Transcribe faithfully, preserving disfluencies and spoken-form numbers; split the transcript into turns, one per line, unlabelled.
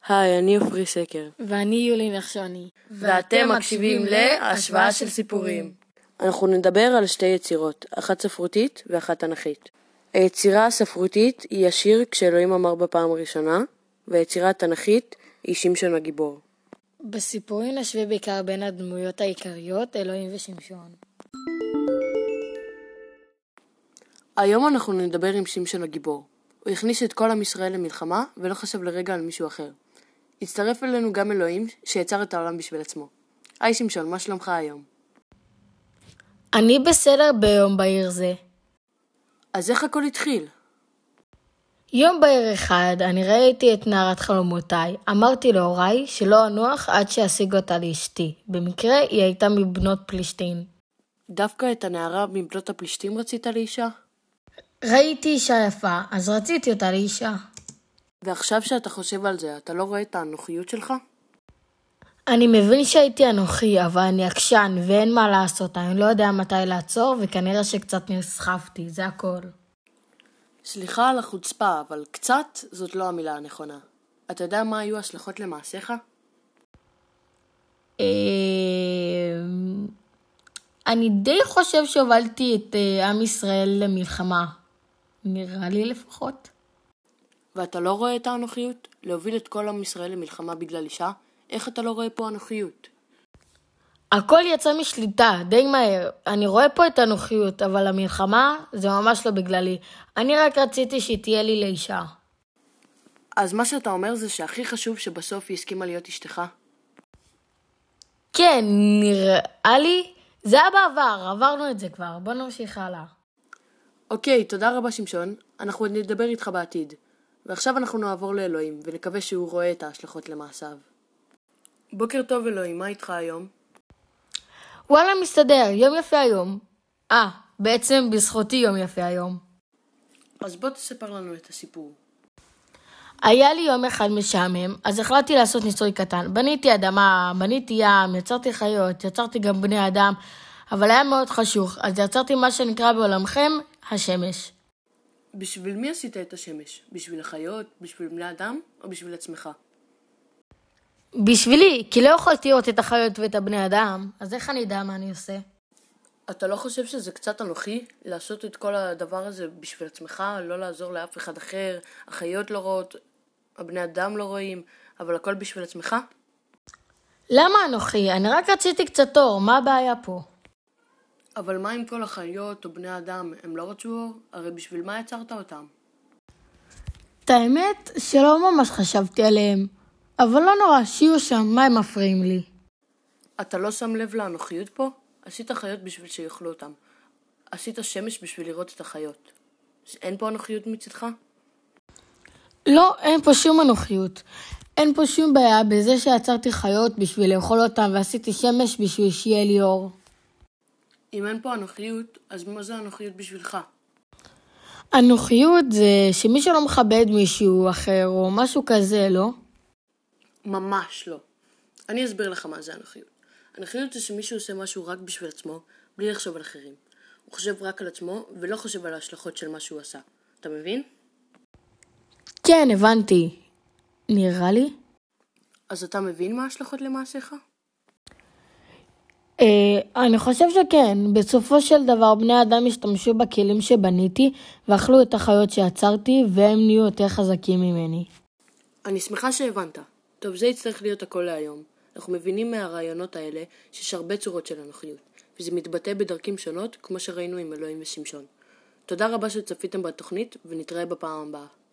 היי, אני עופרי סקר.
ואני יולי נחשוני.
ואתם מקשיבים להשוואה של סיפורים. אנחנו נדבר על שתי יצירות, אחת ספרותית ואחת תנכית. היצירה הספרותית היא השיר כשאלוהים אמר בפעם הראשונה, והיצירה התנכית היא שמשון הגיבור.
בסיפורים נשווה בעיקר בין הדמויות העיקריות, אלוהים ושמשון.
היום אנחנו נדבר עם שמשון הגיבור. הוא הכניס את כל עם ישראל למלחמה ולא חשב לרגע על מישהו אחר. הצטרף אלינו גם אלוהים שיצר את העולם בשביל עצמו. היי שמשון, מה שלומך היום?
אני בסדר ביום בהיר זה.
אז איך הכל התחיל?
יום בהיר אחד אני ראיתי את נערת חלומותיי. אמרתי להוריי שלא אנוח עד שאשיג אותה לאשתי. במקרה היא הייתה מבנות פלישתים.
דווקא את הנערה מבנות הפלישתים רצית לאישה?
ראיתי אישה יפה, אז רציתי אותה לאישה.
ועכשיו שאתה חושב על זה, אתה לא רואה את האנוכיות שלך?
אני מבין שהייתי אנוכי, אבל אני עקשן ואין מה לעשות. אני לא יודע מתי לעצור וכנראה שקצת נסחפתי, זה הכל.
סליחה על החוצפה, אבל קצת זאת לא המילה הנכונה. אתה יודע מה היו השלכות למעשיך?
אני די חושב שהובלתי את עם ישראל למלחמה. נראה לי לפחות.
ואתה לא רואה את האנוכיות? להוביל את כל עם ישראל למלחמה בגלל אישה? איך אתה לא רואה פה אנוכיות?
הכל יצא משליטה, די מהר. אני רואה פה את האנוכיות, אבל המלחמה זה ממש לא בגללי. אני רק רציתי שתהיה לי לאישה.
אז מה שאתה אומר זה שהכי חשוב שבסוף היא הסכימה להיות אשתך?
כן, נראה לי. זה היה בעבר, עברנו את זה כבר. בוא נמשיך הלאה.
אוקיי, תודה רבה שמשון. אנחנו נדבר איתך בעתיד. ועכשיו אנחנו נעבור לאלוהים, ונקווה שהוא רואה את ההשלכות למעשיו. בוקר טוב אלוהים, מה איתך היום?
וואלה, מסתדר, יום יפה היום. אה, בעצם בזכותי יום יפה היום.
אז בוא תספר לנו את הסיפור.
היה לי יום אחד משעמם, אז החלטתי לעשות ניסוי קטן. בניתי אדמה, בניתי ים, יצרתי חיות, יצרתי גם בני אדם, אבל היה מאוד חשוך, אז יצרתי מה שנקרא בעולמכם השמש.
בשביל מי עשית את השמש? בשביל החיות, בשביל בני אדם, או בשביל עצמך?
בשבילי, כי לא יכולתי לראות את החיות ואת הבני אדם, אז איך אני יודע מה אני עושה?
אתה לא חושב שזה קצת אנוכי לעשות את כל הדבר הזה בשביל עצמך, לא לעזור לאף אחד אחר, החיות לא רואות, הבני אדם לא רואים, אבל הכל בשביל עצמך?
למה אנוכי? אני רק רציתי קצת אור, מה הבעיה פה?
אבל מה עם כל החיות או בני האדם? הם לא רצו אור? הרי בשביל מה יצרת אותם?
את האמת שלא ממש חשבתי עליהם, אבל לא נורא, שיהיו שם, מה הם מפריעים לי?
אתה לא שם לב לאנוכיות פה? עשית חיות בשביל שיאכלו אותם. עשית שמש בשביל לראות את החיות. אין פה אנוכיות מצדך?
לא, אין פה שום אנוכיות. אין פה שום בעיה בזה שיצרתי חיות בשביל לאכול אותם ועשיתי שמש בשביל שיהיה לי אור.
אם אין פה אנוכיות, אז מה זה אנוכיות בשבילך?
אנוכיות זה שמישהו לא מכבד מישהו אחר או משהו כזה, לא?
ממש לא. אני אסביר לך מה זה אנוכיות. אנוכיות זה שמישהו עושה משהו רק בשביל עצמו, בלי לחשוב על אחרים. הוא חושב רק על עצמו ולא חושב על ההשלכות של מה שהוא עשה. אתה מבין?
כן, הבנתי. נראה לי.
אז אתה מבין מה ההשלכות למעשיך?
אה, אני חושב שכן. בסופו של דבר בני אדם השתמשו בכלים שבניתי ואכלו את החיות שיצרתי והם נהיו יותר חזקים ממני.
אני שמחה שהבנת. טוב, זה יצטרך להיות הכל להיום. אנחנו מבינים מהרעיונות האלה שיש הרבה צורות של אנוכיות, וזה מתבטא בדרכים שונות כמו שראינו עם אלוהים ושמשון. תודה רבה שצפיתם בתוכנית ונתראה בפעם הבאה.